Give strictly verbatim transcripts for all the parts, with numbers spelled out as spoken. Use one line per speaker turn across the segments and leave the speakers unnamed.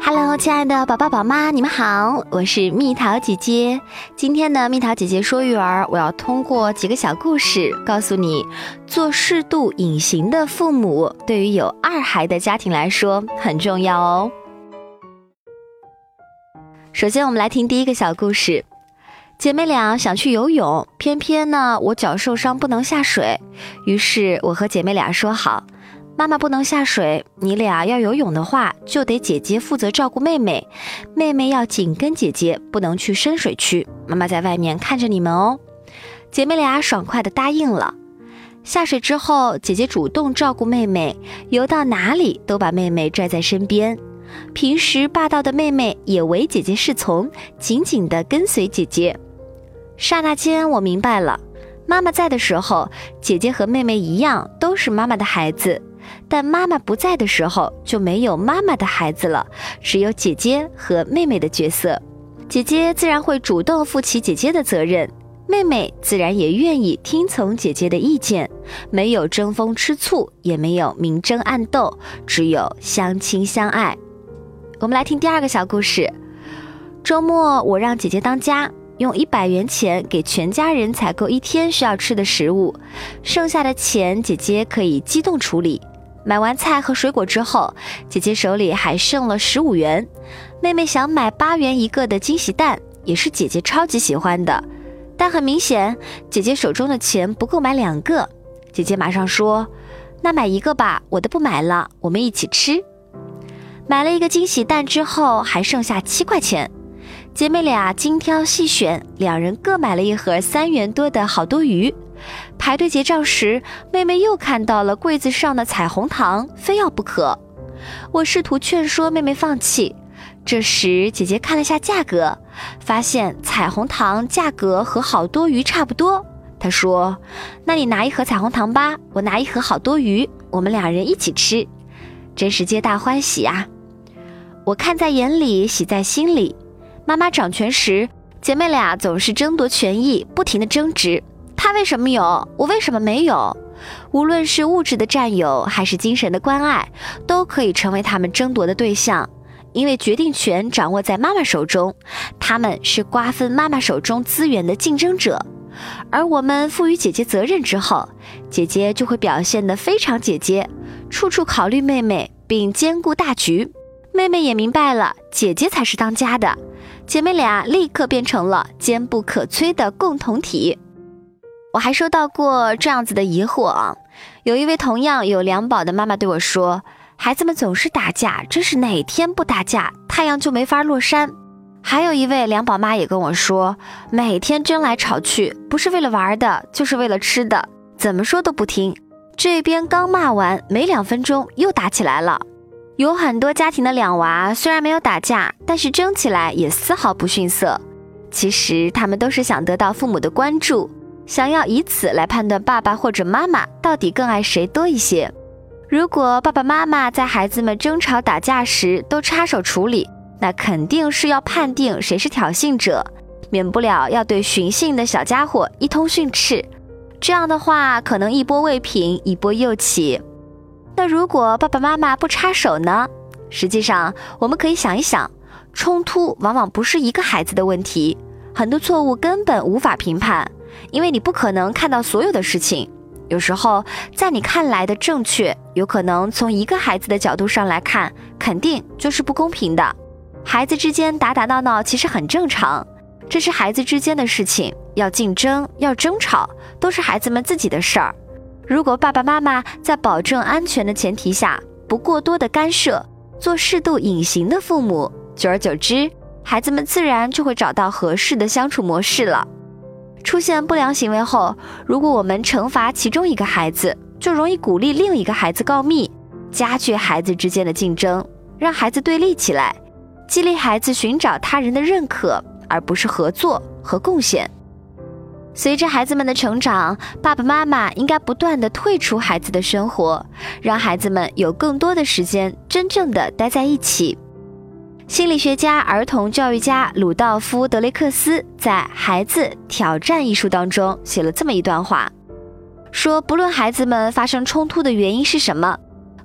Hello， 亲爱的宝宝宝妈，你们好，我是蜜桃姐姐。今天呢，蜜桃姐姐说育儿，我要通过几个小故事告诉你，做适度隐形的父母对于有二孩的家庭来说很重要哦。首先我们来听第一个小故事。姐妹俩想去游泳，偏偏呢我脚受伤不能下水，于是我和姐妹俩说好，妈妈不能下水，你俩要游泳的话，就得姐姐负责照顾妹妹，妹妹要紧跟姐姐，不能去深水区，妈妈在外面看着你们哦。姐妹俩爽快地答应了。下水之后，姐姐主动照顾妹妹，游到哪里都把妹妹拽在身边。平时霸道的妹妹也为姐姐侍从，紧紧地跟随姐姐。刹那间我明白了，妈妈在的时候，姐姐和妹妹一样都是妈妈的孩子，但妈妈不在的时候，就没有妈妈的孩子了，只有姐姐和妹妹的角色。姐姐自然会主动负起姐姐的责任，妹妹自然也愿意听从姐姐的意见，没有争风吃醋，也没有明争暗斗，只有相亲相爱。我们来听第二个小故事。周末我让姐姐当家，用一百元钱给全家人采购一天需要吃的食物，剩下的钱姐姐可以机动处理。买完菜和水果之后，姐姐手里还剩了十五元。妹妹想买八元一个的惊喜蛋，也是姐姐超级喜欢的，但很明显，姐姐手中的钱不够买两个。姐姐马上说，那买一个吧，我的不买了，我们一起吃。买了一个惊喜蛋之后，还剩下七块钱。姐妹俩精挑细选，两人各买了一盒三元多的好多鱼。排队结账时，妹妹又看到了柜子上的彩虹糖，非要不可。我试图劝说妹妹放弃，这时姐姐看了下价格，发现彩虹糖价格和好多鱼差不多。她说，那你拿一盒彩虹糖吧，我拿一盒好多鱼，我们两人一起吃。真是皆大欢喜啊！我看在眼里，喜在心里。妈妈掌权时，姐妹俩总是争夺权益，不停地争执，她为什么有，我为什么没有。无论是物质的占有还是精神的关爱，都可以成为他们争夺的对象，因为决定权掌握在妈妈手中，他们是瓜分妈妈手中资源的竞争者。而我们赋予姐姐责任之后，姐姐就会表现得非常姐姐，处处考虑妹妹，并兼顾大局。妹妹也明白了，姐姐才是当家的，姐妹俩立刻变成了坚不可摧的共同体。我还收到过这样子的疑惑啊，有一位同样有两宝的妈妈对我说，孩子们总是打架，真是哪天不打架，太阳就没法落山。还有一位两宝妈也跟我说，每天争来吵去，不是为了玩的，就是为了吃的，怎么说都不听。这边刚骂完，没两分钟又打起来了。有很多家庭的两娃虽然没有打架，但是争起来也丝毫不逊色。其实他们都是想得到父母的关注，想要以此来判断爸爸或者妈妈到底更爱谁多一些。如果爸爸妈妈在孩子们争吵打架时都插手处理，那肯定是要判定谁是挑衅者，免不了要对寻衅的小家伙一通训斥。这样的话，可能一波未平，一波又起。那如果爸爸妈妈不插手呢？实际上，我们可以想一想，冲突往往不是一个孩子的问题，很多错误根本无法评判，因为你不可能看到所有的事情。有时候，在你看来的正确，有可能从一个孩子的角度上来看，肯定就是不公平的。孩子之间打打闹闹其实很正常，这是孩子之间的事情，要竞争，要争吵，都是孩子们自己的事儿。如果爸爸妈妈在保证安全的前提下，不过多的干涉，做适度隐形的父母，久而久之，孩子们自然就会找到合适的相处模式了。出现不良行为后，如果我们惩罚其中一个孩子，就容易鼓励另一个孩子告密，加剧孩子之间的竞争，让孩子对立起来，激励孩子寻找他人的认可，而不是合作和贡献。随着孩子们的成长，爸爸妈妈应该不断地退出孩子的生活，让孩子们有更多的时间真正地待在一起。心理学家、儿童教育家鲁道夫·德雷克斯在《孩子挑战》一书当中写了这么一段话，说不论孩子们发生冲突的原因是什么，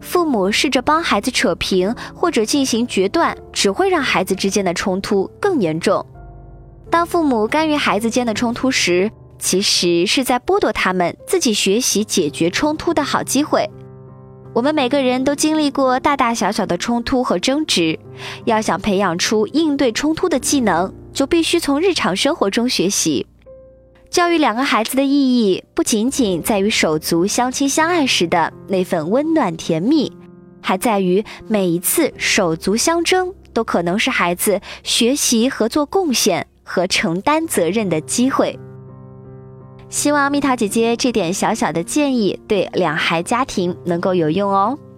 父母试着帮孩子扯平或者进行决断，只会让孩子之间的冲突更严重。当父母干预孩子间的冲突时，其实是在剥夺他们自己学习解决冲突的好机会。我们每个人都经历过大大小小的冲突和争执，要想培养出应对冲突的技能，就必须从日常生活中学习。教育两个孩子的意义，不仅仅在于手足相亲相爱时的那份温暖甜蜜，还在于每一次手足相争，都可能是孩子学习合作贡献和承担责任的机会。希望蜜桃姐姐这点小小的建议对两孩家庭能够有用哦。